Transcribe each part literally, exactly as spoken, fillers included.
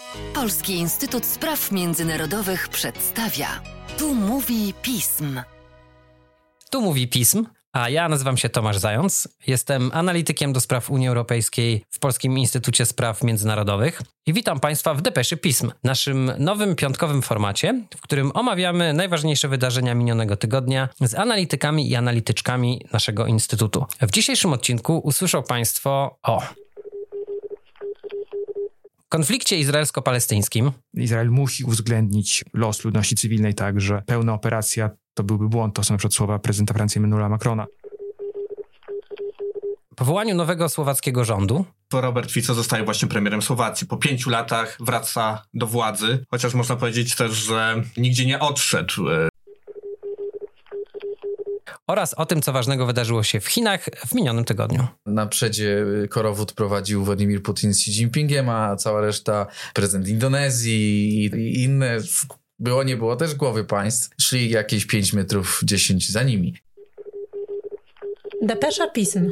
Polski Instytut Spraw Międzynarodowych przedstawia. Tu mówi pism. Tu mówi pism, a ja nazywam się Tomasz Zając. Jestem analitykiem do spraw Unii Europejskiej w Polskim Instytucie Spraw Międzynarodowych i witam Państwa w Depeszy Pism, naszym nowym piątkowym formacie, w którym omawiamy najważniejsze wydarzenia minionego tygodnia z analitykami i analityczkami naszego Instytutu. W dzisiejszym odcinku usłyszą Państwo o konflikcie izraelsko-palestyńskim. Izrael musi uwzględnić los ludności cywilnej tak, że pełna operacja to byłby błąd. To są na przykład słowa prezydenta Francji Emmanuela Macrona. Powołaniu nowego słowackiego rządu. To Robert Fico zostaje właśnie premierem Słowacji. Po pięciu latach wraca do władzy, chociaż można powiedzieć też, że nigdzie nie odszedł. Oraz o tym, co ważnego wydarzyło się w Chinach w minionym tygodniu. Na przedzie korowód prowadził Władimir Putin z Xi Jinpingiem, a cała reszta, prezydent Indonezji i inne, było nie było też głowy państw, szli jakieś pięć metrów dziesięć za nimi. Depesza Pism.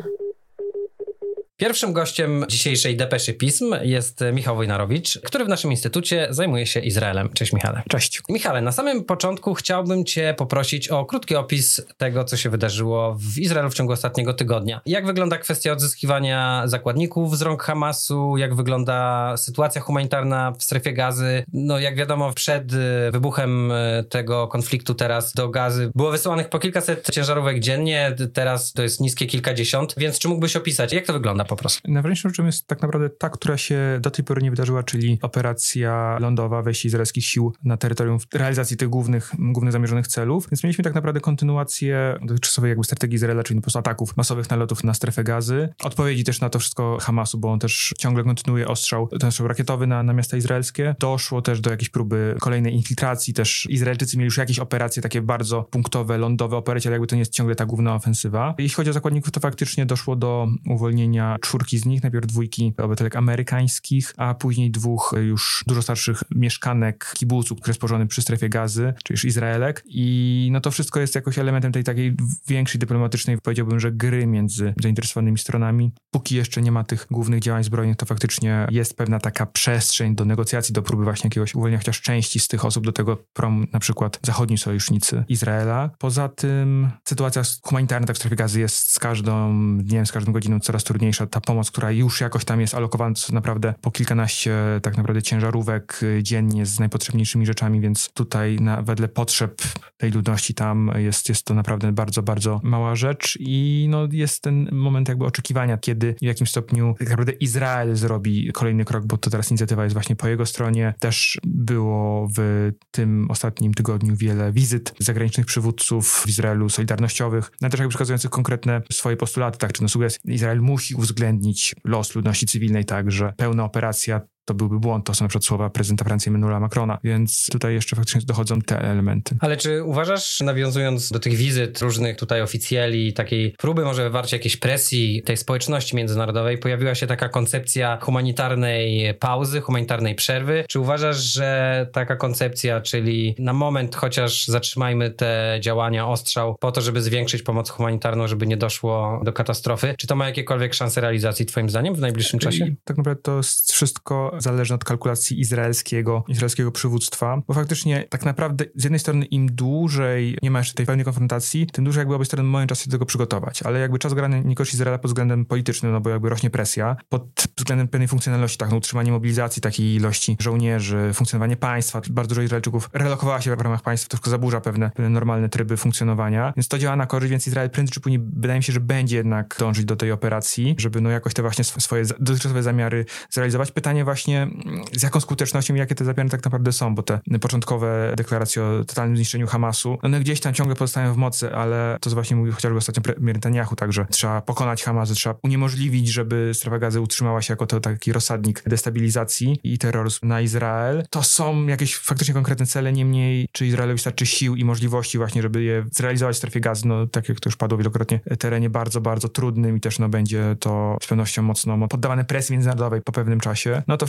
Pierwszym gościem dzisiejszej Depeszy Pism jest Michał Wojnarowicz, który w naszym instytucie zajmuje się Izraelem. Cześć Michale. Cześć. Michale, na samym początku chciałbym Cię poprosić o krótki opis tego, co się wydarzyło w Izraelu w ciągu ostatniego tygodnia. Jak wygląda kwestia odzyskiwania zakładników z rąk Hamasu? Jak wygląda sytuacja humanitarna w strefie Gazy? No jak wiadomo, przed wybuchem tego konfliktu teraz do Gazy było wysyłanych po kilkaset ciężarówek dziennie, teraz to jest niskie kilkadziesiąt, więc czy mógłbyś opisać, jak to wygląda po prostu? Najważniejszą rzeczą jest tak naprawdę ta, która się do tej pory nie wydarzyła, czyli operacja lądowa, wejście izraelskich sił na terytorium w realizacji tych głównych, głównych zamierzonych celów. Więc mieliśmy tak naprawdę kontynuację dotychczasowej jakby strategii Izraela, czyli po prostu ataków, masowych nalotów na strefę Gazy. Odpowiedzi też na to wszystko Hamasu, bo on też ciągle kontynuuje ostrzał, ten ostrzał rakietowy na, na miasta izraelskie. Doszło też do jakiejś próby kolejnej infiltracji, też Izraelczycy mieli już jakieś operacje takie bardzo punktowe, lądowe operacje, ale jakby to nie jest ciągle ta główna ofensywa. Jeśli chodzi o zakładników, to faktycznie doszło do uwolnienia czwórki z nich, najpierw dwójki obywatelek amerykańskich, a później dwóch już dużo starszych mieszkanek kibucu, który jest położony przy strefie Gazy, czyli już Izraelek. I no to wszystko jest jakoś elementem tej takiej większej dyplomatycznej, powiedziałbym, że gry między zainteresowanymi stronami. Póki jeszcze nie ma tych głównych działań zbrojnych, to faktycznie jest pewna taka przestrzeń do negocjacji, do próby właśnie jakiegoś uwolnienia chociaż części z tych osób, do tego prom na przykład zachodni sojusznicy Izraela. Poza tym sytuacja humanitarna tak w strefie Gazy jest z każdą dniem, z każdą godziną coraz trudniejsza. Ta pomoc, która już jakoś tam jest alokowana, to naprawdę po kilkanaście tak naprawdę ciężarówek dziennie z najpotrzebniejszymi rzeczami, więc tutaj na, wedle potrzeb tej ludności tam jest, jest to naprawdę bardzo, bardzo mała rzecz i no jest ten moment jakby oczekiwania, kiedy w jakim stopniu tak naprawdę Izrael zrobi kolejny krok, bo to teraz inicjatywa jest właśnie po jego stronie. Też było w tym ostatnim tygodniu wiele wizyt zagranicznych przywódców w Izraelu, solidarnościowych, no też jakby przekazujących konkretne swoje postulaty, tak, czy no sugestie. Izrael musi uwzględnić los ludności cywilnej tak, że pełna operacja to byłby błąd. To są na przykład słowa prezydenta Francji Emmanuela Macrona, więc tutaj jeszcze faktycznie dochodzą te elementy. Ale czy uważasz, nawiązując do tych wizyt różnych tutaj oficjeli, takiej próby może wywarcia jakiejś presji tej społeczności międzynarodowej, pojawiła się taka koncepcja humanitarnej pauzy, humanitarnej przerwy? Czy uważasz, że taka koncepcja, czyli na moment chociaż zatrzymajmy te działania, ostrzał, po to, żeby zwiększyć pomoc humanitarną, żeby nie doszło do katastrofy, czy to ma jakiekolwiek szanse realizacji twoim zdaniem w najbliższym czasie? I tak naprawdę to jest wszystko zależne od kalkulacji izraelskiego, izraelskiego przywództwa, bo faktycznie tak naprawdę z jednej strony im dłużej nie ma jeszcze tej pełnej konfrontacji, tym dłużej jakby obie strony mają czas się do tego przygotować, ale jakby czas grany nie kości Izraela pod względem politycznym, no bo jakby rośnie presja, pod względem pewnej funkcjonalności, tak, no utrzymanie mobilizacji takiej ilości żołnierzy, funkcjonowanie państwa, bardzo dużo Izraelczyków relokowała się w ramach państwa, to wszystko zaburza pewne, pewne normalne tryby funkcjonowania, więc to działa na korzyść, więc Izrael prędzej czy później wydaje mi się, że będzie jednak dążyć do tej operacji, żeby no jakoś te właśnie swoje dotychczasowe zamiary zrealizować. Pytanie właśnie z jaką skutecznością i jakie te zamiary tak naprawdę są, bo te początkowe deklaracje o totalnym zniszczeniu Hamasu, one gdzieś tam ciągle pozostają w mocy, ale to właśnie mówił chociażby ostatnio premier Netanyahu, także trzeba pokonać Hamas, trzeba uniemożliwić, żeby strefa Gazy utrzymała się jako to taki rozsadnik destabilizacji i terroru na Izrael. To są jakieś faktycznie konkretne cele, niemniej czy Izraelowi starczy sił i możliwości właśnie, żeby je zrealizować w strefie Gazy, no tak jak to już padło wielokrotnie, terenie bardzo, bardzo trudnym i też no będzie to z pewnością mocno poddawane presji międzynarodowej po pewnym czasie. No to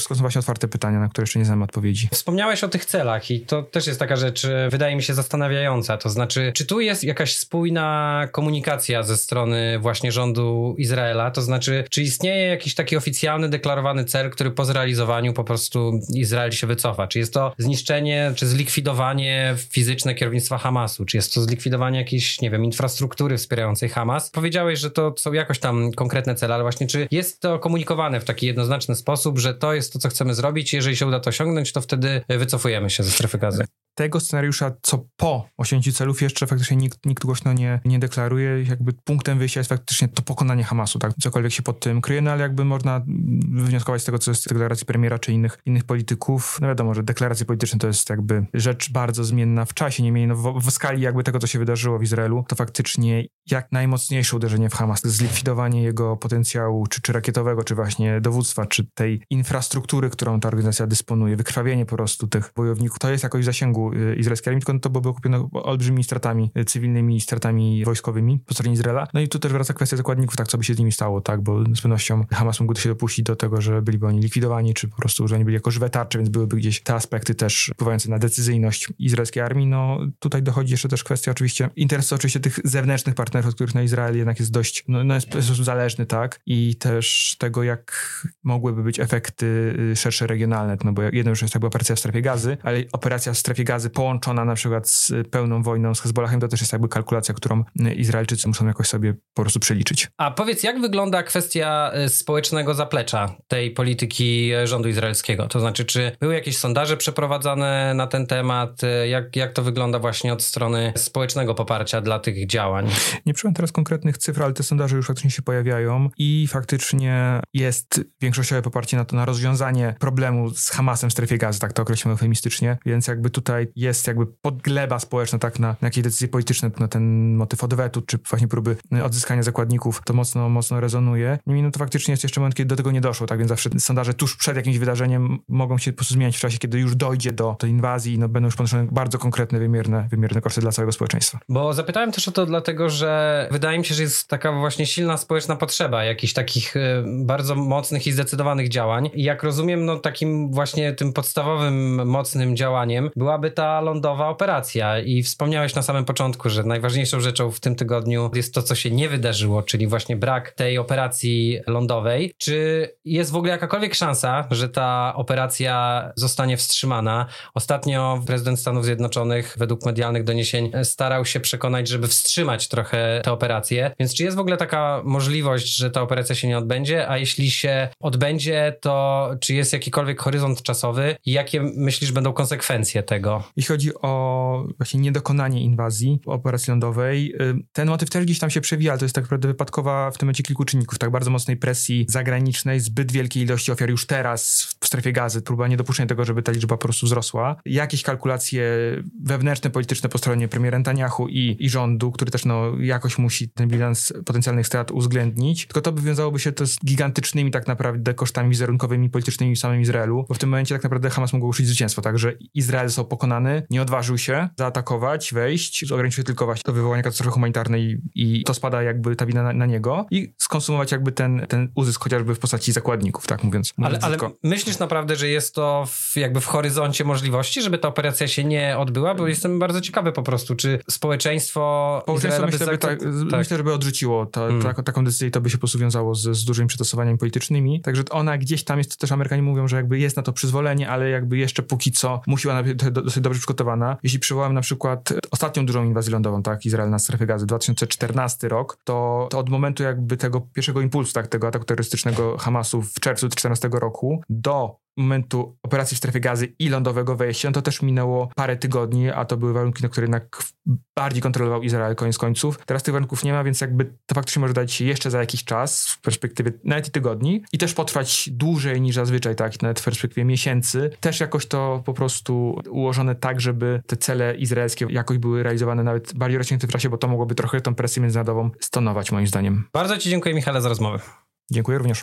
wszystko są właśnie otwarte pytania, na które jeszcze nie znamy odpowiedzi. Wspomniałeś o tych celach i to też jest taka rzecz, wydaje mi się zastanawiająca, to znaczy, czy tu jest jakaś spójna komunikacja ze strony właśnie rządu Izraela, to znaczy, czy istnieje jakiś taki oficjalny, deklarowany cel, który po zrealizowaniu po prostu Izrael się wycofa? Czy jest to zniszczenie, czy zlikwidowanie fizyczne kierownictwa Hamasu? Czy jest to zlikwidowanie jakiejś, nie wiem, infrastruktury wspierającej Hamas? Powiedziałeś, że to są jakoś tam konkretne cele, ale właśnie czy jest to komunikowane w taki jednoznaczny sposób, że to jest to, co chcemy zrobić, jeżeli się uda to osiągnąć, to wtedy wycofujemy się ze strefy Gazy? Tego scenariusza, co po osiągnięciu celów, jeszcze faktycznie nikt, nikt głośno nie, nie deklaruje. Jakby punktem wyjścia jest faktycznie to pokonanie Hamasu, tak? Cokolwiek się pod tym kryje, no ale jakby można wywnioskować z tego, co jest z deklaracji premiera czy innych, innych polityków. No wiadomo, że deklaracje polityczne to jest jakby rzecz bardzo zmienna w czasie, niemniej no w, w skali jakby tego, co się wydarzyło w Izraelu, to faktycznie jak najmocniejsze uderzenie w Hamas, zlikwidowanie jego potencjału, czy, czy rakietowego, czy właśnie dowództwa, czy tej infrastruktury, którą ta organizacja dysponuje, wykrwawienie po prostu tych bojowników, to jest jakoś w zasięgu izraelskiej armii, tylko to byłoby okupione olbrzymimi stratami cywilnymi, stratami wojskowymi po stronie Izraela. No i tu też wraca kwestia zakładników, tak, co by się z nimi stało, tak, bo z pewnością Hamas mógłby się dopuścić do tego, że byliby oni likwidowani, czy po prostu, że oni byli jako żywe tarcze, więc byłyby gdzieś te aspekty też wpływające na decyzyjność izraelskiej armii. No tutaj dochodzi jeszcze też kwestia oczywiście interesu oczywiście tych zewnętrznych partnerów, od których no Izrael jednak jest dość, no, no jest w sposób zależny, tak, i też tego, jak mogłyby być efekty szersze regionalne, no bo jedno już jest jakby operacja w strefie Gazy, ale operacja w strefie Gazy połączona na przykład z pełną wojną z Hezbollahem, to też jest jakby kalkulacja, którą Izraelczycy muszą jakoś sobie po prostu przeliczyć. A powiedz, jak wygląda kwestia społecznego zaplecza tej polityki rządu izraelskiego? To znaczy, czy były jakieś sondaże przeprowadzane na ten temat? Jak, jak to wygląda właśnie od strony społecznego poparcia dla tych działań? Nie przyjąłem teraz konkretnych cyfr, ale te sondaże już faktycznie się pojawiają i faktycznie jest większościowe poparcie na to, na rozwiązanie problemu z Hamasem w strefie Gazy, tak to określimy eufemistycznie, więc jakby tutaj jest jakby podgleba społeczna tak na, na jakieś decyzje polityczne, na ten motyw odwetu, czy właśnie próby odzyskania zakładników, to mocno, mocno rezonuje. Niemniej no to faktycznie jest jeszcze moment, kiedy do tego nie doszło, tak więc zawsze sondaże tuż przed jakimś wydarzeniem mogą się po prostu zmieniać w czasie, kiedy już dojdzie do tej inwazji i no będą już ponoszone bardzo konkretne, wymierne, wymierne koszty dla całego społeczeństwa. Bo zapytałem też o to dlatego, że wydaje mi się, że jest taka właśnie silna społeczna potrzeba jakichś takich y, bardzo mocnych i zdecydowanych działań. I jak rozumiem, no takim właśnie tym podstawowym, mocnym działaniem byłaby ta lądowa operacja. I wspomniałeś na samym początku, że najważniejszą rzeczą w tym tygodniu jest to, co się nie wydarzyło, czyli właśnie brak tej operacji lądowej. Czy jest w ogóle jakakolwiek szansa, że ta operacja zostanie wstrzymana? Ostatnio prezydent Stanów Zjednoczonych, według medialnych doniesień, starał się przekonać, żeby wstrzymać trochę tę operację. Więc czy jest w ogóle taka możliwość, że ta operacja się nie odbędzie? A jeśli się odbędzie, to czy jest jakikolwiek horyzont czasowy i jakie myślisz będą konsekwencje tego? Jeśli chodzi o właśnie niedokonanie inwazji, operacji lądowej, ten motyw też gdzieś tam się przewija, ale to jest tak naprawdę wypadkowa w tym momencie kilku czynników, tak bardzo mocnej presji zagranicznej, zbyt wielkiej ilości ofiar już teraz w strefie Gazy, próba niedopuszczenia tego, żeby ta liczba po prostu wzrosła. Jakieś kalkulacje wewnętrzne, polityczne po stronie premiera Netanyahu i, i rządu, który też no jakoś musi ten bilans potencjalnych strat uwzględnić, tylko to by wiązałoby się to z gigantycznymi tak naprawdę kosztami wizerunkowymi, politycznymi w samym Izraelu, bo w tym momencie tak naprawdę Hamas mógł ogłosić zwycięstwo, także Izrael został pokonany, nie odważył się zaatakować, wejść, ograniczył się tylko właśnie do wywołania katastrofy humanitarnej i to spada jakby ta wina na, na niego i skonsumować jakby ten, ten uzysk chociażby w postaci zakładników, tak mówiąc. Ale, ale tylko... myślisz naprawdę, że jest to w, jakby w horyzoncie możliwości, żeby ta operacja się nie odbyła? Bo jestem bardzo ciekawy po prostu, czy społeczeństwo Izraela myślę, by tak, tak. myślę, żeby odrzuciło to, hmm. tak, taką decyzję i to by się po prostu wiązało z, z dużymi przetestowaniami politycznymi. Także ona gdzieś tam jest, też Amerykanie mówią, że jakby jest na to przyzwolenie, ale jakby jeszcze póki co musi ona być dosyć dobrze przygotowana. Jeśli przywołam na przykład ostatnią dużą inwazję lądową, tak, Izrael na strefę Gazy, dwa tysiące czternasty rok, to, to od momentu jakby tego pierwszego impulsu, tak, tego ataku terrorystycznego Hamasu w czerwcu dwa tysiące czternastego roku do momentu operacji w strefie Gazy i lądowego wejścia, no to też minęło parę tygodni, a to były warunki, na które jednak bardziej kontrolował Izrael koniec końców. Teraz tych warunków nie ma, więc jakby to faktycznie może dać się jeszcze za jakiś czas, w perspektywie nawet i tygodni i też potrwać dłużej niż zazwyczaj, tak, nawet w perspektywie miesięcy. Też jakoś to po prostu ułożone tak, żeby te cele izraelskie jakoś były realizowane nawet bardziej rozciągnięte w czasie, bo to mogłoby trochę tą presję międzynarodową stonować, moim zdaniem. Bardzo Ci dziękuję, Michale, za rozmowę. Dziękuję również.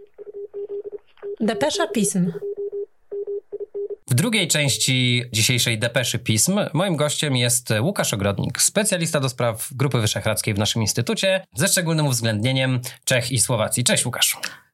Depesza Pism. W drugiej części dzisiejszej Depeszy Pism moim gościem jest Łukasz Ogrodnik, specjalista do spraw Grupy Wyszehradzkiej w naszym instytucie, ze szczególnym uwzględnieniem Czech i Słowacji. Cześć, Łukasz.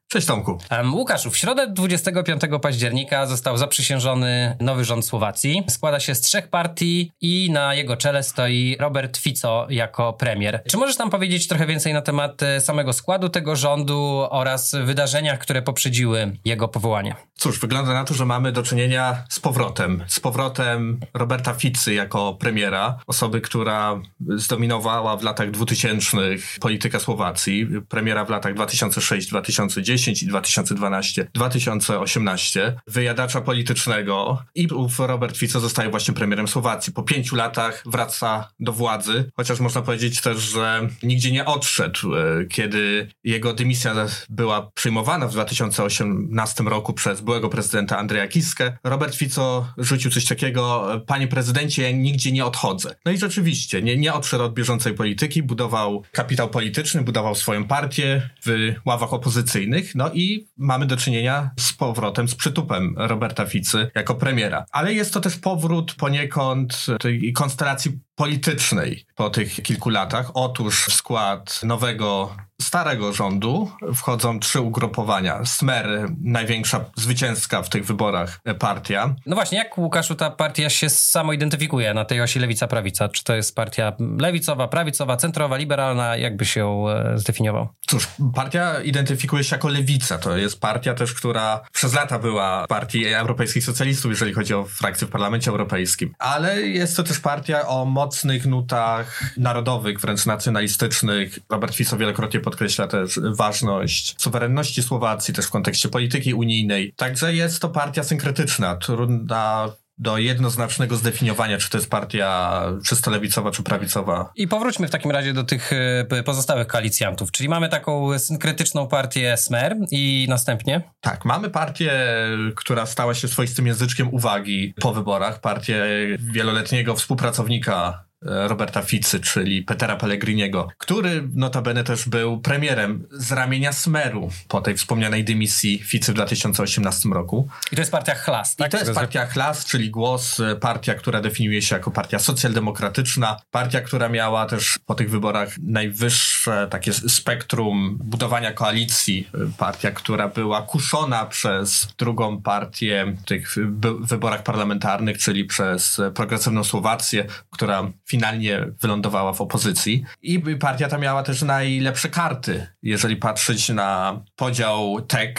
Cześć Tomku. Um, Łukaszu, w środę dwudziestego piątego października został zaprzysiężony nowy rząd Słowacji. Składa się z trzech partii i na jego czele stoi Robert Fico jako premier. Czy możesz nam powiedzieć trochę więcej na temat samego składu tego rządu oraz wydarzeniach, które poprzedziły jego powołanie? Cóż, wygląda na to, że mamy do czynienia z powrotem. Z powrotem Roberta Ficy jako premiera. Osoby, która zdominowała w latach dwutysięcznych politykę Słowacji. Premiera w latach dwa tysiące szóstym dwa tysiące dziesiątym i dwa tysiące dwunastym dwa tysiące osiemnastym. Wyjadacza politycznego. I ów Robert Fico zostaje właśnie premierem Słowacji. Po pięciu latach wraca do władzy. Chociaż można powiedzieć też, że nigdzie nie odszedł. Kiedy jego dymisja była przyjmowana w dwa tysiące osiemnastym roku przez byłego prezydenta Andrzeja Kiskę, Robert Fico rzucił coś takiego: panie prezydencie, ja nigdzie nie odchodzę. No i rzeczywiście, nie, nie odszedł od bieżącej polityki, budował kapitał polityczny, budował swoją partię w ławach opozycyjnych, no i mamy do czynienia z powrotem, z przytupem Roberta Ficy jako premiera. Ale jest to też powrót poniekąd tej konstelacji politycznej po tych kilku latach. Otóż w skład nowego, starego rządu wchodzą trzy ugrupowania. Smer, największa zwycięska w tych wyborach partia. No właśnie, jak, Łukaszu, ta partia się samo identyfikuje na tej osi lewica-prawica? Czy to jest partia lewicowa, prawicowa, centrowa, liberalna? Jak by się ją e, zdefiniował? Cóż, partia identyfikuje się jako lewica. To jest partia też, która przez lata była partii europejskich socjalistów, jeżeli chodzi o frakcję w Parlamencie Europejskim. Ale jest to też partia o mocnych nutach narodowych, wręcz nacjonalistycznych. Robert Fico wielokrotnie podkreśla też ważność suwerenności Słowacji, też w kontekście polityki unijnej. Także jest to partia synkretyczna, trudna do jednoznacznego zdefiniowania, czy to jest partia czysto lewicowa, czy prawicowa. I powróćmy w takim razie do tych y, pozostałych koalicjantów, czyli mamy taką synkretyczną partię Smer i następnie? Tak, mamy partię, która stała się swoistym języczkiem uwagi po wyborach, partię wieloletniego współpracownika Roberta Ficy, czyli Petera Pellegriniego, który notabene też był premierem z ramienia Smeru po tej wspomnianej dymisji Ficy w dwa tysiące osiemnastym roku. I to jest partia Hlas, tak? I to jest partia Hlas, czyli Głos, partia, która definiuje się jako partia socjaldemokratyczna, partia, która miała też po tych wyborach najwyższe takie spektrum budowania koalicji, partia, która była kuszona przez drugą partię w tych wyborach parlamentarnych, czyli przez Progresywną Słowację, która finalnie wylądowała w opozycji. I partia ta miała też najlepsze karty. Jeżeli patrzeć na podział T E K,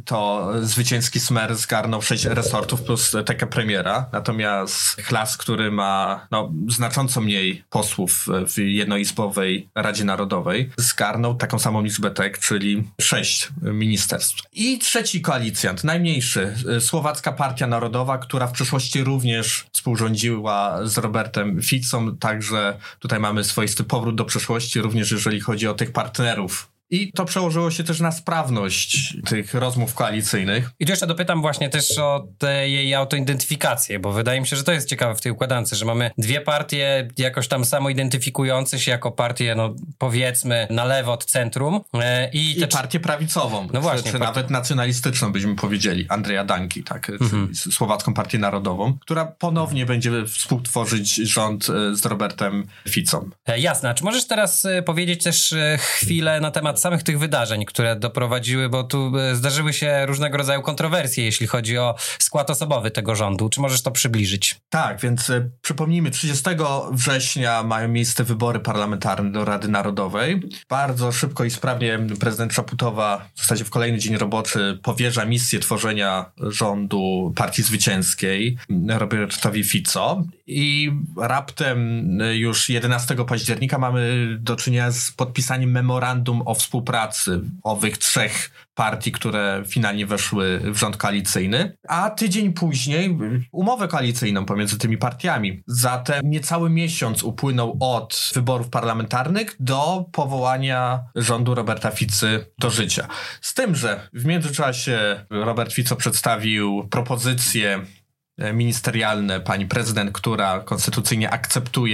to zwycięski Smer zgarnął sześć resortów plus tekę premiera. Natomiast Hlas, który ma no, znacząco mniej posłów w jednoizbowej Radzie Narodowej, zgarnął taką samą liczbę T E K, czyli sześć ministerstw. I trzeci koalicjant, najmniejszy, Słowacka Partia Narodowa, która w przeszłości również współrządziła z Robertem Ficą. Także tutaj mamy swoisty powrót do przeszłości, również jeżeli chodzi o tych partnerów. I to przełożyło się też na sprawność tych rozmów koalicyjnych. I tu jeszcze dopytam właśnie też o tę jej autoidentyfikację, bo wydaje mi się, że to jest ciekawe w tej układance, że mamy dwie partie jakoś tam samoidentyfikujące się jako partie, no powiedzmy, na lewo od centrum. E, I, I te... partię prawicową, no właśnie, czy, czy part... nawet nacjonalistyczną, byśmy powiedzieli, Andrzeja Danki, tak, mhm. czyli Słowacką Partię Narodową, która ponownie będzie współtworzyć rząd z Robertem Ficą. E, jasne, a czy możesz teraz powiedzieć też chwilę na temat samych tych wydarzeń, które doprowadziły, bo tu zdarzyły się różnego rodzaju kontrowersje, jeśli chodzi o skład osobowy tego rządu. Czy możesz to przybliżyć? Tak, więc y, przypomnijmy, trzydziestego września mają miejsce wybory parlamentarne do Rady Narodowej. Bardzo szybko i sprawnie prezydent Czaputowa w zasadzie w kolejny dzień roboczy powierza misję tworzenia rządu partii zwycięskiej Robertowi Fico i raptem już jedenastego października mamy do czynienia z podpisaniem memorandum o współpracy owych trzech partii, które finalnie weszły w rząd koalicyjny, a tydzień później umowę koalicyjną pomiędzy tymi partiami. Zatem niecały miesiąc upłynął od wyborów parlamentarnych do powołania rządu Roberta Ficy do życia. Z tym, że w międzyczasie Robert Fico przedstawił propozycje ministerialne pani prezydent, która konstytucyjnie akceptuje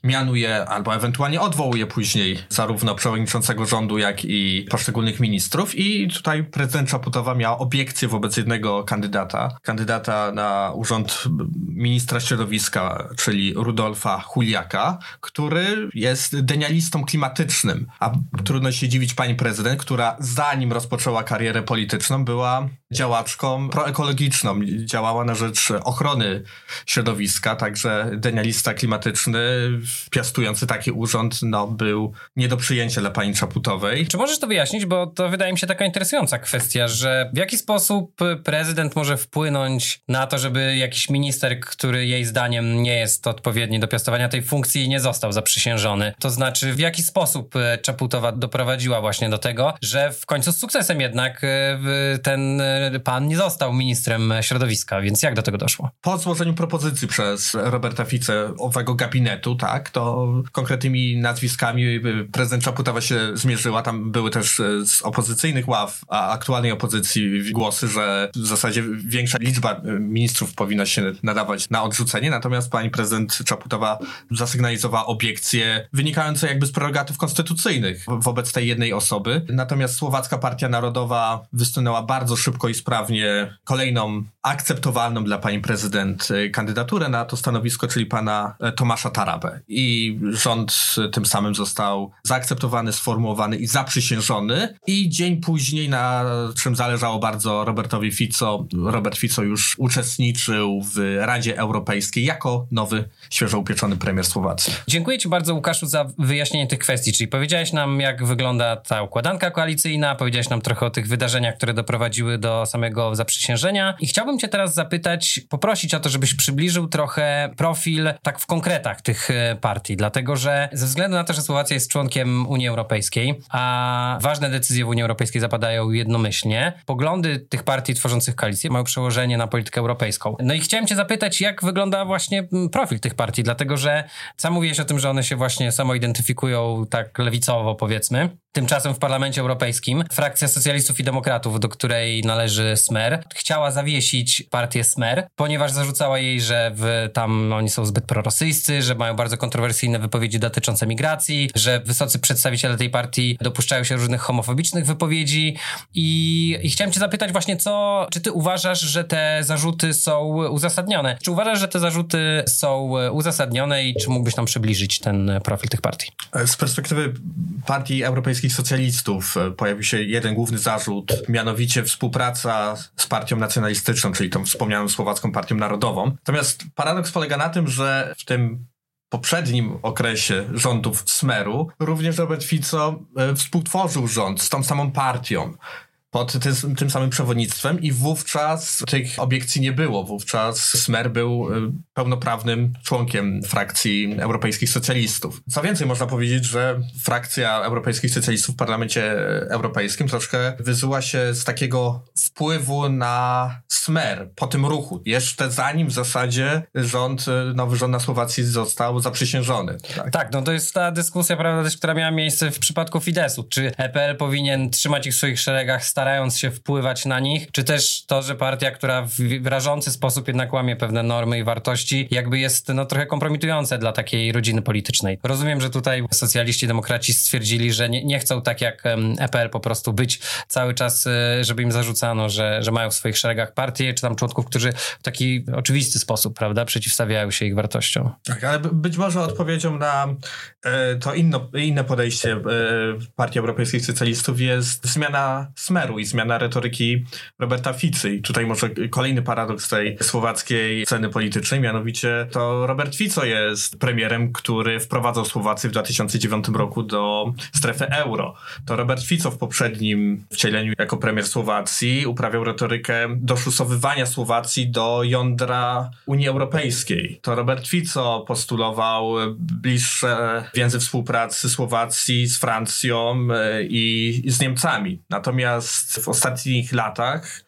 mianuje albo ewentualnie odwołuje później zarówno przewodniczącego rządu, jak i poszczególnych ministrów i tutaj prezydent Czaputowa miał obiekcję wobec jednego kandydata, kandydata na urząd ministra środowiska, czyli Rudolfa Huliaka, który jest denialistą klimatycznym, a trudno się dziwić pani prezydent, która zanim rozpoczęła karierę polityczną była działaczką proekologiczną, działała na rzecz ochrony środowiska, także denialista klimatyczny piastujący taki urząd no, był nie do przyjęcia dla pani Czaputowej. Czy możesz to wyjaśnić, bo to wydaje mi się taka interesująca kwestia, że w jaki sposób prezydent może wpłynąć na to, żeby jakiś minister, który jej zdaniem nie jest odpowiedni do piastowania tej funkcji, nie został zaprzysiężony. To znaczy, w jaki sposób Czaputowa doprowadziła właśnie do tego, że w końcu z sukcesem jednak ten pan nie został ministrem środowiska, więc jak do tego doszło? Po złożeniu propozycji przez Roberta Ficę owego gabinetu, tak, to konkretnymi nazwiskami prezydent Czaputowa się zmierzyła. Tam były też z opozycyjnych ław, a aktualnej opozycji głosy, że w zasadzie większa liczba ministrów powinna się nadawać na odrzucenie, natomiast pani prezydent Czaputowa zasygnalizowała obiekcje wynikające jakby z prerogatyw konstytucyjnych wobec tej jednej osoby. Natomiast Słowacka Partia Narodowa wysunęła bardzo szybko i sprawnie kolejną akceptowalną dla pani prezydent kandydaturę na to stanowisko, czyli pana Tomasza Tarabę. I rząd tym samym został zaakceptowany, sformułowany i zaprzysiężony. I dzień później, na czym zależało bardzo Robertowi Fico, Robert Fico już uczestniczył w Radzie Europejskiej jako nowy, świeżo upieczony premier Słowacji. Dziękuję ci bardzo, Łukaszu, za wyjaśnienie tych kwestii. Czyli powiedziałeś nam, jak wygląda ta układanka koalicyjna, powiedziałeś nam trochę o tych wydarzeniach, które doprowadziły do samego zaprzysiężenia. I chciałbym cię teraz zapytać, poprosić o to, żebyś przybliżył trochę profil tak w konkretach tych partii, dlatego że ze względu na to, że Słowacja jest członkiem Unii Europejskiej, a ważne decyzje w Unii Europejskiej zapadają jednomyślnie, poglądy tych partii tworzących koalicję mają przełożenie na politykę europejską. No i chciałem cię zapytać, jak wygląda właśnie profil tych partii, dlatego że sam mówiłeś o tym, że one się właśnie samoidentyfikują tak lewicowo, powiedzmy. Tymczasem w Parlamencie Europejskim frakcja socjalistów i demokratów, do której należy Smer, chciała zawiesić partię Smer, ponieważ zarzucała jej, że w, tam oni są zbyt prorosyjscy, że mają bardzo kontrowersyjne wypowiedzi dotyczące migracji, że wysocy przedstawiciele tej partii dopuszczają się różnych homofobicznych wypowiedzi i, i chciałem cię zapytać właśnie, co, czy ty uważasz, że te zarzuty są uzasadnione? Czy uważasz, że te zarzuty są uzasadnione i czy mógłbyś nam przybliżyć ten profil tych partii? Z perspektywy partii europejskich socjalistów pojawił się jeden główny zarzut, mianowicie współpraca z partią nacjonalistyczną, czyli tą wspomnianą Słowacką Partią Narodową. Natomiast paradoks polega na tym, że w tym poprzednim okresie rządów Smeru również Robert Fico współtworzył rząd z tą samą partią, pod tym, tym samym przewodnictwem i wówczas tych obiekcji nie było. Wówczas Smer był pełnoprawnym członkiem frakcji europejskich socjalistów. Co więcej, można powiedzieć, że frakcja europejskich socjalistów w Parlamencie Europejskim troszkę wyzuła się z takiego wpływu na Smer po tym ruchu. Jeszcze zanim w zasadzie rząd, nowy rząd na Słowacji został zaprzysiężony. Tak, tak, no to jest ta dyskusja, prawda, też, która miała miejsce w przypadku Fidesu. Czy E P L powinien trzymać ich w swoich szeregach, starając się wpływać na nich, czy też to, że partia, która w rażący sposób jednak łamie pewne normy i wartości, jakby jest no trochę kompromitujące dla takiej rodziny politycznej. Rozumiem, że tutaj socjaliści, demokraci stwierdzili, że nie, nie chcą tak jak E P L po prostu być cały czas, żeby im zarzucano, że, że mają w swoich szeregach partię, czy tam członków, którzy w taki oczywisty sposób, prawda, przeciwstawiają się ich wartościom. Tak, ale być może odpowiedzią na e, to inno, inne podejście e, Partii Europejskich Socjalistów jest zmiana Smeru i zmiana retoryki Roberta Ficy. I tutaj może kolejny paradoks tej słowackiej sceny politycznej, mianowicie to Robert Fico jest premierem, który wprowadzał Słowację w dwa tysiące dziewiątym roku do strefy euro. To Robert Fico w poprzednim wcieleniu jako premier Słowacji uprawiał retorykę doszusowywania Słowacji do jądra Unii Europejskiej. To Robert Fico postulował bliższe więzy współpracy Słowacji z Francją i z Niemcami. Natomiast w ostatnich latach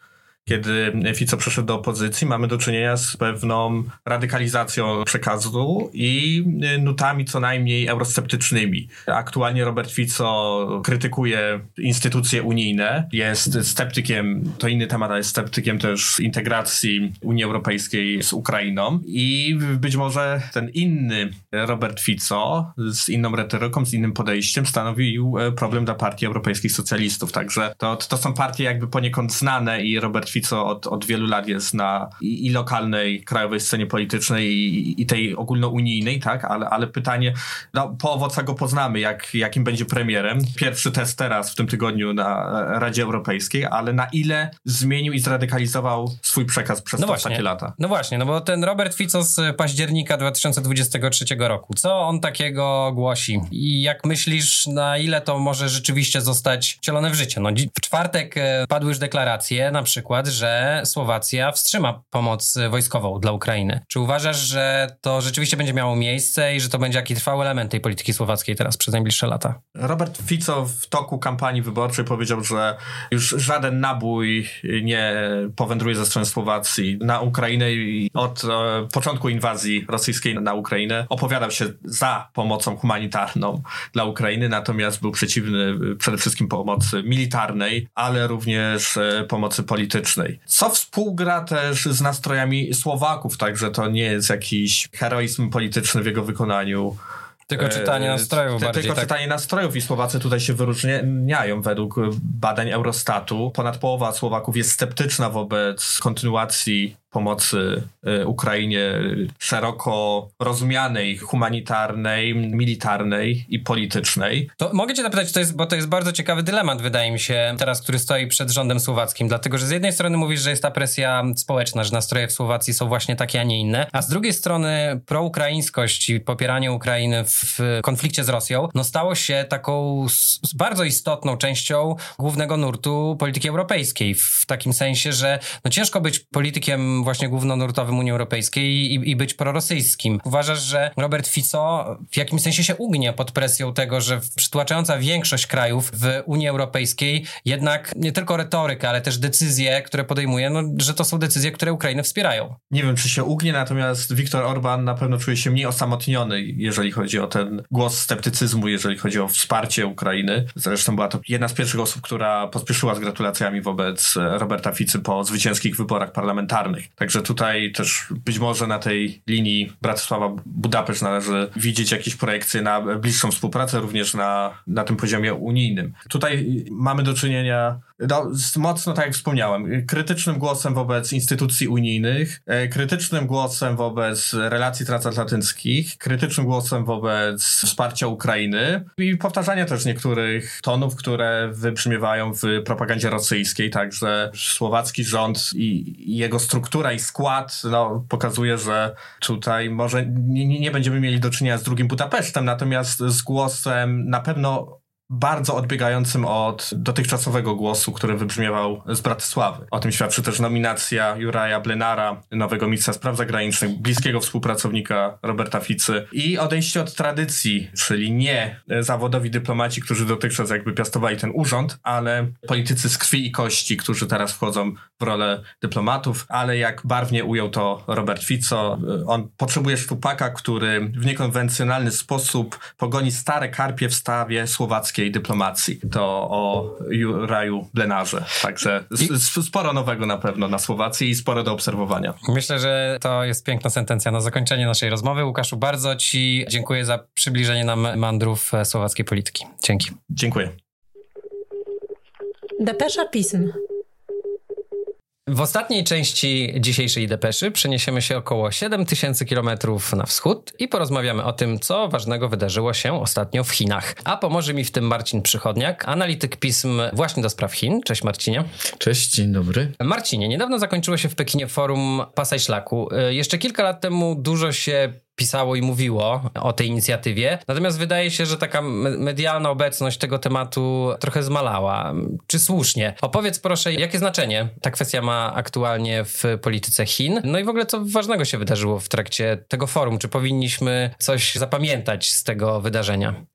kiedy Fico przeszedł do opozycji, mamy do czynienia z pewną radykalizacją przekazu i nutami co najmniej eurosceptycznymi. Aktualnie Robert Fico krytykuje instytucje unijne, jest sceptykiem, to inny temat, ale jest sceptykiem też integracji Unii Europejskiej z Ukrainą i być może ten inny Robert Fico z inną retoryką, z innym podejściem stanowił problem dla Partii Europejskich Socjalistów. Także to, to są partie jakby poniekąd znane i Robert Fico od, od wielu lat jest na i, i lokalnej, krajowej scenie politycznej i, i tej ogólnounijnej, tak? Ale, ale pytanie, no, po owocach go poznamy, jak, jakim będzie premierem. Pierwszy test teraz w tym tygodniu na Radzie Europejskiej, ale na ile zmienił i zradykalizował swój przekaz przez no te właśnie, ostatnie lata. No właśnie, no bo ten Robert Fico z października dwa tysiące dwudziestego trzeciego roku, co on takiego głosi? I jak myślisz, na ile to może rzeczywiście zostać wcielone w życie? No, w czwartek padły już deklaracje, na przykład, że Słowacja wstrzyma pomoc wojskową dla Ukrainy. Czy uważasz, że to rzeczywiście będzie miało miejsce i że to będzie jakiś trwały element tej polityki słowackiej teraz przez najbliższe lata? Robert Fico w toku kampanii wyborczej powiedział, że już żaden nabój nie powędruje ze strony Słowacji na Ukrainę i od e, początku inwazji rosyjskiej na Ukrainę opowiadał się za pomocą humanitarną dla Ukrainy, natomiast był przeciwny przede wszystkim pomocy militarnej, ale również e, pomocy politycznej. Co współgra też z nastrojami Słowaków, także to nie jest jakiś heroizm polityczny w jego wykonaniu. Tylko czytanie nastrojów Te, bardziej. Tylko tak? czytanie nastrojów i Słowacy tutaj się wyróżniają według badań Eurostatu. Ponad połowa Słowaków jest sceptyczna wobec kontynuacji pomocy y, Ukrainie szeroko rozumianej, humanitarnej, militarnej i politycznej. To mogę cię zapytać, to jest, bo to jest bardzo ciekawy dylemat, wydaje mi się, teraz, który stoi przed rządem słowackim, dlatego, że z jednej strony mówisz, że jest ta presja społeczna, że nastroje w Słowacji są właśnie takie, a nie inne, a z drugiej strony proukraińskość i popieranie Ukrainy w konflikcie z Rosją, no stało się taką bardzo istotną częścią głównego nurtu polityki europejskiej, w takim sensie, że no ciężko być politykiem właśnie głównonurtowym Unii Europejskiej i, i być prorosyjskim. Uważasz, że Robert Fico w jakimś sensie się ugnie pod presją tego, że przytłaczająca większość krajów w Unii Europejskiej jednak nie tylko retoryka, ale też decyzje, które podejmuje, no, że to są decyzje, które Ukrainę wspierają. Nie wiem, czy się ugnie, natomiast Viktor Orban na pewno czuje się mniej osamotniony, jeżeli chodzi o ten głos sceptycyzmu, jeżeli chodzi o wsparcie Ukrainy. Zresztą była to jedna z pierwszych osób, która pospieszyła z gratulacjami wobec Roberta Ficy po zwycięskich wyborach parlamentarnych. Także tutaj też być może na tej linii Bratysława-Budapeszt należy widzieć jakieś projekcje na bliższą współpracę, również na, na tym poziomie unijnym. Tutaj mamy do czynienia no, z mocno, tak jak wspomniałem, krytycznym głosem wobec instytucji unijnych, krytycznym głosem wobec relacji transatlantyckich, krytycznym głosem wobec wsparcia Ukrainy i powtarzania też niektórych tonów, które wybrzmiewają w propagandzie rosyjskiej, także słowacki rząd i, i jego struktura i skład no, pokazuje, że tutaj może nie, nie będziemy mieli do czynienia z drugim Budapesztem, natomiast z głosem na pewno bardzo odbiegającym od dotychczasowego głosu, który wybrzmiewał z Bratysławy. O tym świadczy też nominacja Juraja Blenara, nowego ministra spraw zagranicznych, bliskiego współpracownika Roberta Ficy i odejście od tradycji, czyli nie zawodowi dyplomaci, którzy dotychczas jakby piastowali ten urząd, ale politycy z krwi i kości, którzy teraz wchodzą w rolę dyplomatów, ale jak barwnie ujął to Robert Fico, on potrzebuje szczupaka, który w niekonwencjonalny sposób pogoni stare karpie w stawie słowackiej dyplomacji. To o Juraju Blenarze. Także sporo nowego na pewno na Słowacji i sporo do obserwowania. Myślę, że to jest piękna sentencja na zakończenie naszej rozmowy. Łukaszu, bardzo ci dziękuję za przybliżenie nam meandrów słowackiej polityki. Dzięki. Dziękuję. Depesza Pism. W ostatniej części dzisiejszej depeszy przeniesiemy się około siedem tysięcy kilometrów na wschód i porozmawiamy o tym, co ważnego wydarzyło się ostatnio w Chinach. A pomoże mi w tym Marcin Przychodniak, analityk pism właśnie do spraw Chin. Cześć Marcinie. Cześć, dzień dobry. Marcinie, niedawno zakończyło się w Pekinie forum Pasa i Szlaku. Jeszcze kilka lat temu dużo się pisało i mówiło o tej inicjatywie, natomiast wydaje się, że taka medialna obecność tego tematu trochę zmalała. Czy słusznie? Opowiedz proszę, jakie znaczenie ta kwestia ma aktualnie w polityce Chin? No i w ogóle co ważnego się wydarzyło w trakcie tego forum? Czy powinniśmy coś zapamiętać z tego wydarzenia?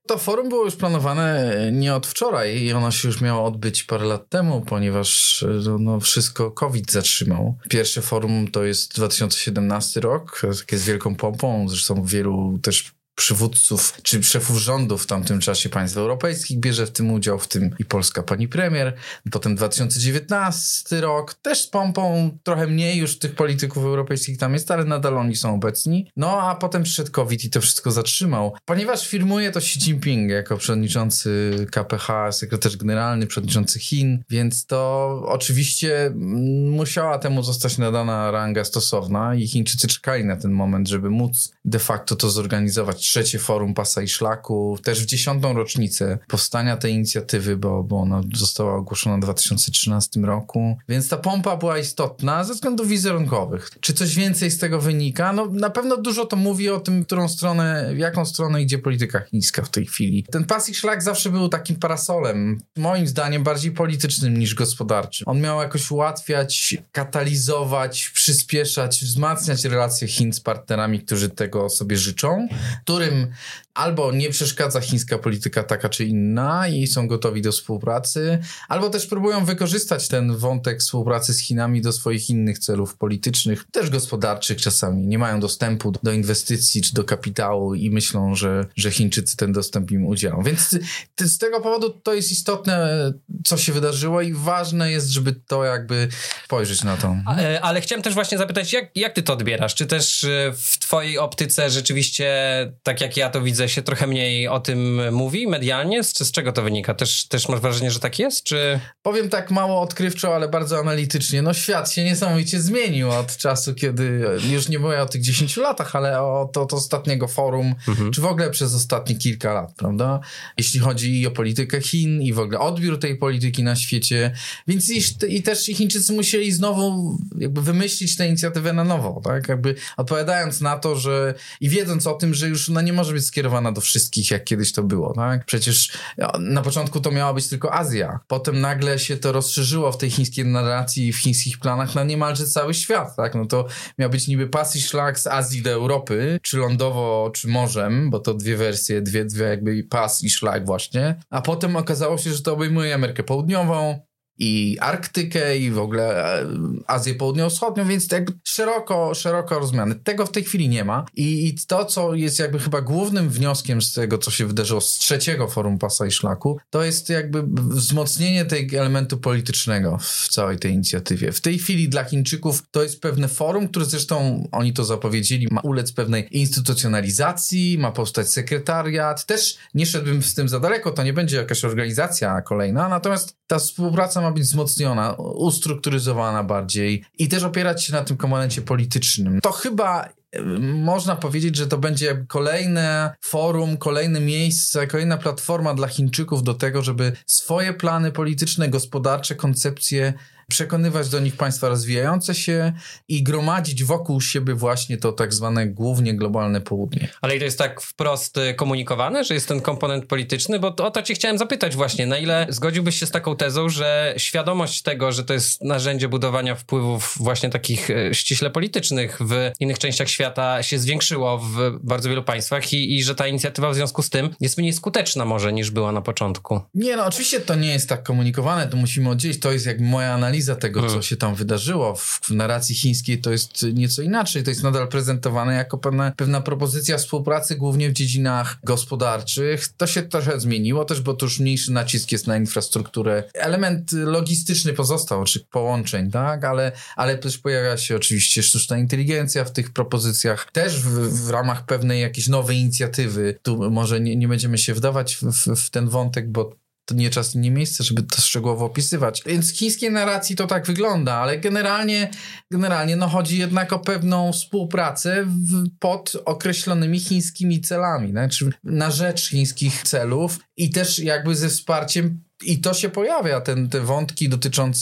to forum było już planowane nie od wczoraj i ono się już miało odbyć parę lat temu, ponieważ no, wszystko COVID zatrzymał. Pierwsze forum to jest dwa tysiące siedemnasty rok, takie z wielką pompą, zresztą wielu też przywódców czy szefów rządów w tamtym czasie państw europejskich bierze w tym udział, w tym i polska pani premier. Potem dwa tysiące dziewiętnasty rok, też z pompą, trochę mniej już tych polityków europejskich tam jest, ale nadal oni są obecni. No a potem przyszedł COVID i to wszystko zatrzymał. Ponieważ firmuje to Xi Jinping jako przewodniczący K P H, sekretarz generalny, przewodniczący Chin, więc to oczywiście musiała temu zostać nadana ranga stosowna i Chińczycy czekali na ten moment, żeby móc de facto to zorganizować. Trzecie forum Pasa i Szlaku, też w dziesiątą rocznicę powstania tej inicjatywy, bo, bo ona została ogłoszona w dwa tysiące trzynastym roku. Więc ta pompa była istotna ze względów wizerunkowych. Czy coś więcej z tego wynika? No na pewno dużo to mówi o tym, którą stronę, w jaką stronę idzie polityka chińska w tej chwili. Ten Pas i Szlak zawsze był takim parasolem, moim zdaniem bardziej politycznym niż gospodarczym. On miał jakoś ułatwiać, katalizować, przyspieszać, wzmacniać relacje Chin z partnerami, którzy tego sobie życzą, którym albo nie przeszkadza chińska polityka taka czy inna i są gotowi do współpracy, albo też próbują wykorzystać ten wątek współpracy z Chinami do swoich innych celów politycznych, też gospodarczych czasami. Nie mają dostępu do inwestycji czy do kapitału i myślą, że, że Chińczycy ten dostęp im udzielą. Więc z tego powodu to jest istotne, co się wydarzyło i ważne jest, żeby to jakby spojrzeć na to. Ale, ale chciałem też właśnie zapytać, jak, jak ty to odbierasz? Czy też w twojej optyce rzeczywiście, tak jak ja to widzę, się trochę mniej o tym mówi medialnie? Z, z czego to wynika? Też, też masz wrażenie, że tak jest? Czy... Powiem tak mało odkrywczo, ale bardzo analitycznie. No świat się niesamowicie zmienił od czasu, kiedy, już nie mówię o tych dziesięciu latach, ale od, od ostatniego forum, mhm. czy w ogóle przez ostatnie kilka lat, prawda? Jeśli chodzi i o politykę Chin i w ogóle odbiór tej polityki na świecie. Więc i, i też i Chińczycy musieli znowu jakby wymyślić tę inicjatywę na nowo, tak? Jakby odpowiadając na to, że i wiedząc o tym, że już ona nie może być skierowana do wszystkich, jak kiedyś to było, tak? Przecież na początku to miała być tylko Azja. Potem nagle się to rozszerzyło w tej chińskiej narracji i w chińskich planach na niemalże cały świat, tak? No to miał być niby pas i szlak z Azji do Europy, czy lądowo, czy morzem, bo to dwie wersje, dwie, dwie jakby pas i szlak właśnie. A potem okazało się, że to obejmuje Amerykę Południową, i Arktykę i w ogóle Azję Południowo-Wschodnią, więc to jakby szeroko, szeroko rozumiane. Tego w tej chwili nie ma I, i to, co jest jakby chyba głównym wnioskiem z tego, co się wydarzyło z trzeciego forum Pasa i Szlaku, to jest jakby wzmocnienie tego elementu politycznego w całej tej inicjatywie. W tej chwili dla Chińczyków to jest pewne forum, które zresztą oni to zapowiedzieli, ma ulec pewnej instytucjonalizacji, ma powstać sekretariat. Też nie szedłbym z tym za daleko, to nie będzie jakaś organizacja kolejna, natomiast ta współpraca ma być wzmocniona, ustrukturyzowana bardziej i też opierać się na tym komponencie politycznym. To chyba można powiedzieć, że to będzie kolejne forum, kolejne miejsce, kolejna platforma dla Chińczyków do tego, żeby swoje plany polityczne, gospodarcze, koncepcje przekonywać do nich państwa rozwijające się i gromadzić wokół siebie właśnie to tak zwane głównie globalne południe. Ale i to jest tak wprost komunikowane, że jest ten komponent polityczny? Bo to, o to cię chciałem zapytać właśnie, na ile zgodziłbyś się z taką tezą, że świadomość tego, że to jest narzędzie budowania wpływów właśnie takich ściśle politycznych w innych częściach świata się zwiększyło w bardzo wielu państwach i, i że ta inicjatywa w związku z tym jest mniej skuteczna może niż była na początku? Nie, no oczywiście to nie jest tak komunikowane, to musimy oddzielić, to jest jak moja analiza tego, hmm. co się tam wydarzyło. W, w narracji chińskiej to jest nieco inaczej. To jest nadal prezentowane jako pewna, pewna propozycja współpracy głównie w dziedzinach gospodarczych. To się trochę zmieniło też, bo to już mniejszy nacisk jest na infrastrukturę. Element logistyczny pozostał, czy połączeń, tak? Ale, ale też pojawia się oczywiście sztuczna inteligencja w tych propozycjach. Też w, w ramach pewnej jakiejś nowej inicjatywy. Tu może nie, nie będziemy się wdawać w, w, w ten wątek, bo to nie czas i nie miejsce, żeby to szczegółowo opisywać. Więc w chińskiej narracji to tak wygląda, ale generalnie, generalnie no chodzi jednak o pewną współpracę w, pod określonymi chińskimi celami, znaczy na rzecz chińskich celów i też jakby ze wsparciem. I to się pojawia, ten, te wątki dotyczące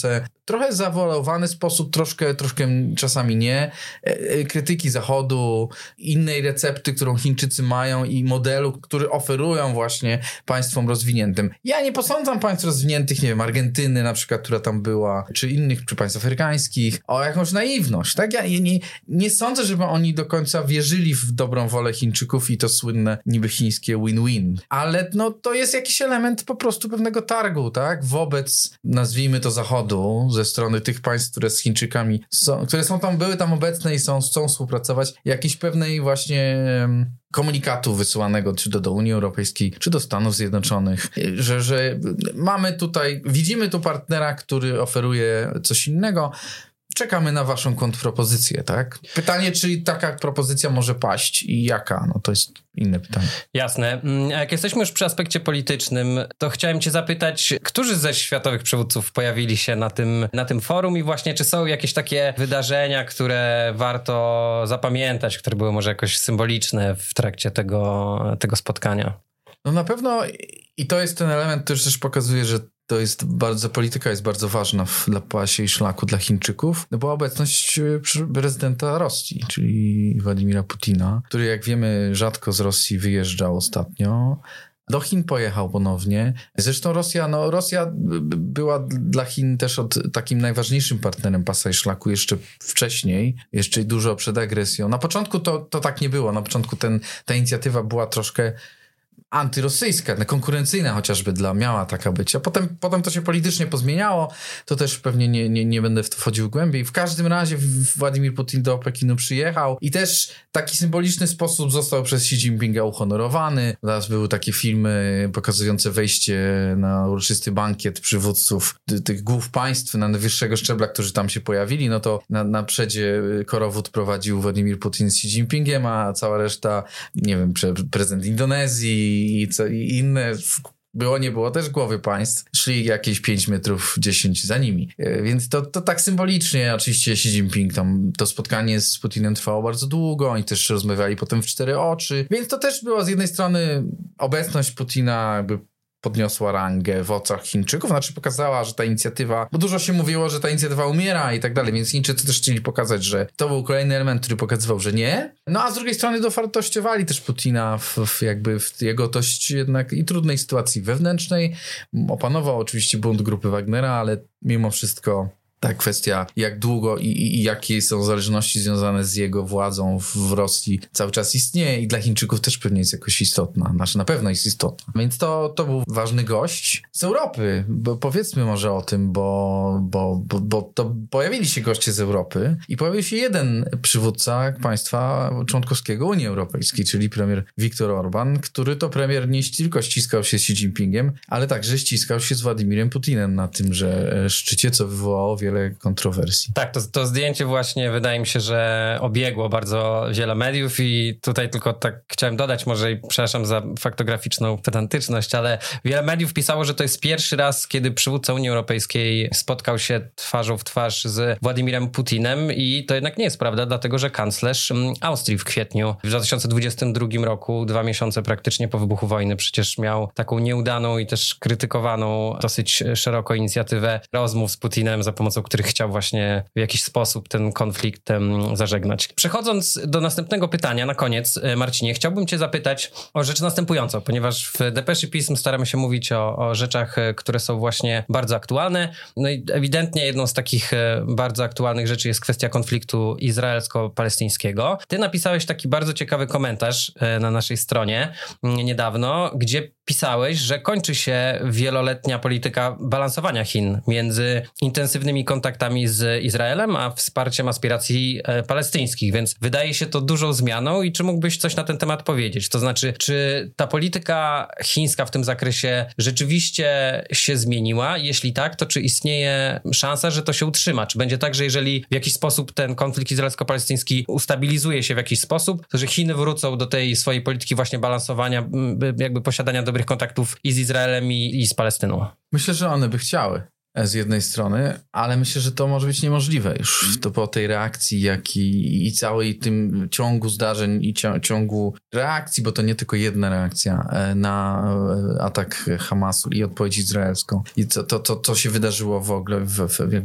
trochę zawolowany sposób, troszkę, troszkę czasami nie. Krytyki Zachodu, innej recepty, którą Chińczycy mają i modelu, który oferują właśnie państwom rozwiniętym. Ja nie posądzam państw rozwiniętych, nie wiem, Argentyny na przykład, która tam była, czy innych, czy państw afrykańskich, o jakąś naiwność, tak? Ja nie, nie sądzę, żeby oni do końca wierzyli w dobrą wolę Chińczyków i to słynne niby chińskie win-win. Ale no to jest jakiś element po prostu pewnego targu, tak? Wobec, nazwijmy to Zachodu, ze strony tych państw, które z Chińczykami są, które są tam, były tam obecne i są, chcą współpracować, jakiejś pewnej właśnie komunikatu wysyłanego czy do, do Unii Europejskiej, czy do Stanów Zjednoczonych, że, że mamy tutaj, widzimy tu partnera, który oferuje coś innego, czekamy na waszą kontrpropozycję, tak? Pytanie, czy taka propozycja może paść i jaka? No to jest inne pytanie. Jasne. A jak jesteśmy już przy aspekcie politycznym, to chciałem cię zapytać, którzy ze światowych przywódców pojawili się na tym, na tym forum i właśnie czy są jakieś takie wydarzenia, które warto zapamiętać, które były może jakoś symboliczne w trakcie tego, tego spotkania? No na pewno i to jest ten element, który też pokazuje, że to jest bardzo, polityka jest bardzo ważna w, dla pasie i szlaku dla Chińczyków, no była obecność prezydenta Rosji, czyli Władimira Putina, który jak wiemy rzadko z Rosji wyjeżdżał ostatnio. Do Chin pojechał ponownie. Zresztą Rosja, no Rosja była dla Chin też od takim najważniejszym partnerem pasa i szlaku jeszcze wcześniej, jeszcze dużo przed agresją. Na początku to, to tak nie było. Na początku ten, ta inicjatywa była troszkę antyrosyjska, konkurencyjna chociażby dla, miała taka być, a potem, potem to się politycznie pozmieniało, to też pewnie nie, nie, nie będę w to wchodził głębiej. W każdym razie Władimir Putin do Pekinu przyjechał i też w taki symboliczny sposób został przez Xi Jinpinga uhonorowany. Teraz były takie filmy pokazujące wejście na uroczysty bankiet przywódców tych głów państw na najwyższego szczebla, którzy tam się pojawili, no to na, na przedzie korowód prowadził Władimir Putin z Xi Jinpingiem, a cała reszta, nie wiem, prezydent Indonezji i co i inne, było nie było też głowy państw, szli jakieś pięć metrów dziesięć za nimi. Więc to, to tak symbolicznie oczywiście Xi Jinping tam, to spotkanie z Putinem trwało bardzo długo, oni też rozmawiali potem w cztery oczy, więc to też była z jednej strony obecność Putina jakby podniosła rangę w oczach Chińczyków, znaczy pokazała, że ta inicjatywa, bo dużo się mówiło, że ta inicjatywa umiera i tak dalej, więc Chińczycy też chcieli pokazać, że to był kolejny element, który pokazywał, że nie. No a z drugiej strony dowartościowali też Putina w, w jakby w jego dość jednak i trudnej sytuacji wewnętrznej. Opanował oczywiście bunt grupy Wagnera, ale mimo wszystko ta kwestia, jak długo i, i, i jakie są zależności związane z jego władzą w, w Rosji cały czas istnieje i dla Chińczyków też pewnie jest jakoś istotna. Znaczy na pewno jest istotna. Więc to, to był ważny gość z Europy. Bo powiedzmy może o tym, bo, bo, bo, bo to pojawili się goście z Europy i pojawił się jeden przywódca państwa członkowskiego Unii Europejskiej, czyli premier Viktor Orban, który to premier nie tylko ściskał się z Xi Jinpingiem, ale także ściskał się z Władimirem Putinem na tymże szczycie, co wywołało wiele wiele kontrowersji. Tak, to, to zdjęcie właśnie wydaje mi się, że obiegło bardzo wiele mediów i tutaj tylko tak chciałem dodać, może i przepraszam za faktograficzną pedantyczność, ale wiele mediów pisało, że to jest pierwszy raz, kiedy przywódca Unii Europejskiej spotkał się twarzą w twarz z Władimirem Putinem i to jednak nie jest prawda, dlatego że kanclerz Austrii w kwietniu w dwa tysiące dwudziestym drugim roku, dwa miesiące praktycznie po wybuchu wojny, przecież miał taką nieudaną i też krytykowaną dosyć szeroko inicjatywę rozmów z Putinem, za pomocą których chciał właśnie w jakiś sposób ten konflikt um, zażegnać. Przechodząc do następnego pytania, na koniec, Marcinie, chciałbym cię zapytać o rzecz następującą, ponieważ w Depeszy Pism staramy się mówić o, o rzeczach, które są właśnie bardzo aktualne. No i ewidentnie jedną z takich bardzo aktualnych rzeczy jest kwestia konfliktu izraelsko-palestyńskiego. Ty napisałeś taki bardzo ciekawy komentarz na naszej stronie niedawno, gdzie pisałeś, że kończy się wieloletnia polityka balansowania Chin między intensywnymi kontaktami z Izraelem, a wsparciem aspiracji e, palestyńskich, więc wydaje się to dużą zmianą i czy mógłbyś coś na ten temat powiedzieć? To znaczy, czy ta polityka chińska w tym zakresie rzeczywiście się zmieniła? Jeśli tak, to czy istnieje szansa, że to się utrzyma? Czy będzie tak, że jeżeli w jakiś sposób ten konflikt izraelsko-palestyński ustabilizuje się w jakiś sposób, to że Chiny wrócą do tej swojej polityki właśnie balansowania, jakby posiadania dobrych kontaktów i z Izraelem i, i z Palestyną? Myślę, że one by chciały z jednej strony, ale myślę, że to może być niemożliwe już to po tej reakcji, jak i, i całej tym ciągu zdarzeń i ciągu reakcji, bo to nie tylko jedna reakcja na atak Hamasu i odpowiedź izraelską. I to, to, to, to się wydarzyło w ogóle w, w jakby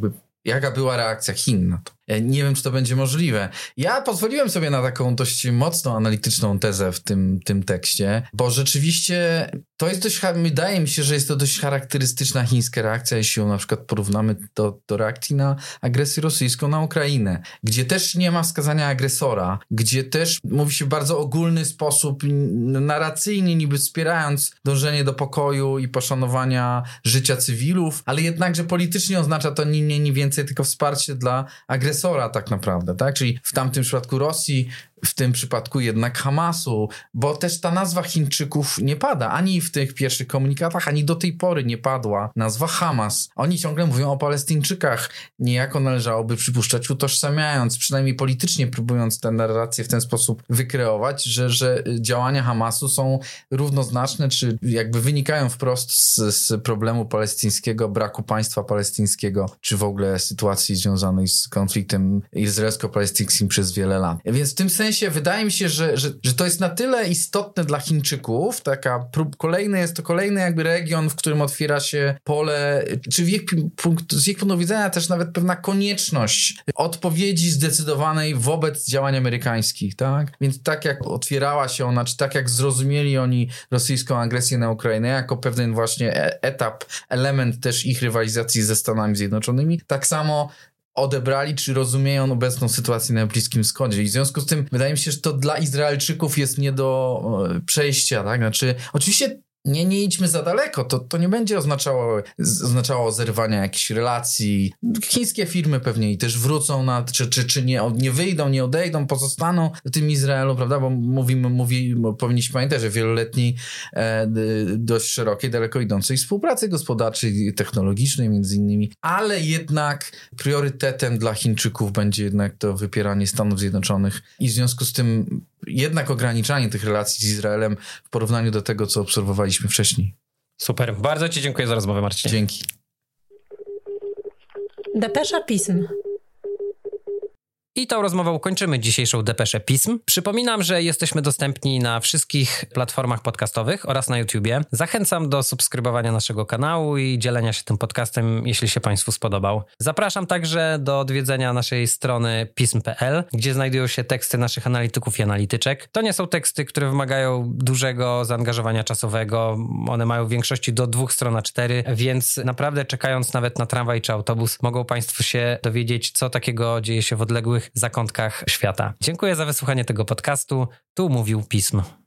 Jaka była reakcja Chin na to? Ja nie wiem, czy to będzie możliwe. Ja pozwoliłem sobie na taką dość mocno analityczną tezę w tym, tym tekście, bo rzeczywiście to jest dość, wydaje mi się, że jest to dość charakterystyczna chińska reakcja, jeśli ją na przykład porównamy do, do reakcji na agresję rosyjską na Ukrainę, gdzie też nie ma wskazania agresora, gdzie też mówi się w bardzo ogólny sposób, narracyjnie niby wspierając dążenie do pokoju i poszanowania życia cywilów, ale jednakże politycznie oznacza to nie, nie, nie więcej tylko wsparcie dla agresora tak naprawdę, tak? Czyli w tamtym przypadku Rosji, w tym przypadku jednak Hamasu, bo też ta nazwa Chińczyków nie pada, ani w tych pierwszych komunikatach, ani do tej pory nie padła nazwa Hamas. Oni ciągle mówią o Palestyńczykach, niejako należałoby przypuszczać, utożsamiając, przynajmniej politycznie próbując tę narrację w ten sposób wykreować, że, że działania Hamasu są równoznaczne, czy jakby wynikają wprost z, z problemu palestyńskiego, braku państwa palestyńskiego, czy w ogóle sytuacji związanej z konfliktem izraelsko-palestyńskim przez wiele lat. Więc w tym sensie wydaje mi się, że, że, że to jest na tyle istotne dla Chińczyków, taka prób, kolejny jest to kolejny jakby region, w którym otwiera się pole, czy w ich punkt, z ich punktu widzenia też nawet pewna konieczność odpowiedzi zdecydowanej wobec działań amerykańskich, tak? Więc tak jak otwierała się ona, czy tak jak zrozumieli oni rosyjską agresję na Ukrainę jako pewien właśnie etap, element też ich rywalizacji ze Stanami Zjednoczonymi, tak samo odebrali, czy rozumieją obecną sytuację na Bliskim Wschodzie. I w związku z tym wydaje mi się, że to dla Izraelczyków jest nie do przejścia, tak? Znaczy, oczywiście nie, nie idźmy za daleko, to, to nie będzie oznaczało, oznaczało zerwania jakichś relacji. Chińskie firmy pewnie i też wrócą na, czy, czy, czy nie, nie wyjdą, nie odejdą, pozostaną w tym Izraelu, prawda, bo mówimy, mówi, powinniśmy pamiętać, że wieloletniej, e, dość szerokiej, daleko idącej współpracy gospodarczej i technologicznej między innymi, ale jednak priorytetem dla Chińczyków będzie jednak to wypieranie Stanów Zjednoczonych i w związku z tym jednak ograniczanie tych relacji z Izraelem w porównaniu do tego, co obserwowaliśmy wcześniej. Super. Bardzo ci dziękuję za rozmowę, Marcinie. Dzięki. Depesza Pism. I tą rozmową kończymy dzisiejszą Depeszę Pism. Przypominam, że jesteśmy dostępni na wszystkich platformach podcastowych oraz na YouTubie. Zachęcam do subskrybowania naszego kanału i dzielenia się tym podcastem, jeśli się Państwu spodobał. Zapraszam także do odwiedzenia naszej strony pism kropka p l, gdzie znajdują się teksty naszych analityków i analityczek. To nie są teksty, które wymagają dużego zaangażowania czasowego. One mają w większości do dwóch stron a cztery, więc naprawdę czekając nawet na tramwaj czy autobus, mogą Państwo się dowiedzieć, co takiego dzieje się w odległych zakątkach świata. Dziękuję za wysłuchanie tego podcastu. Tu mówił Pism.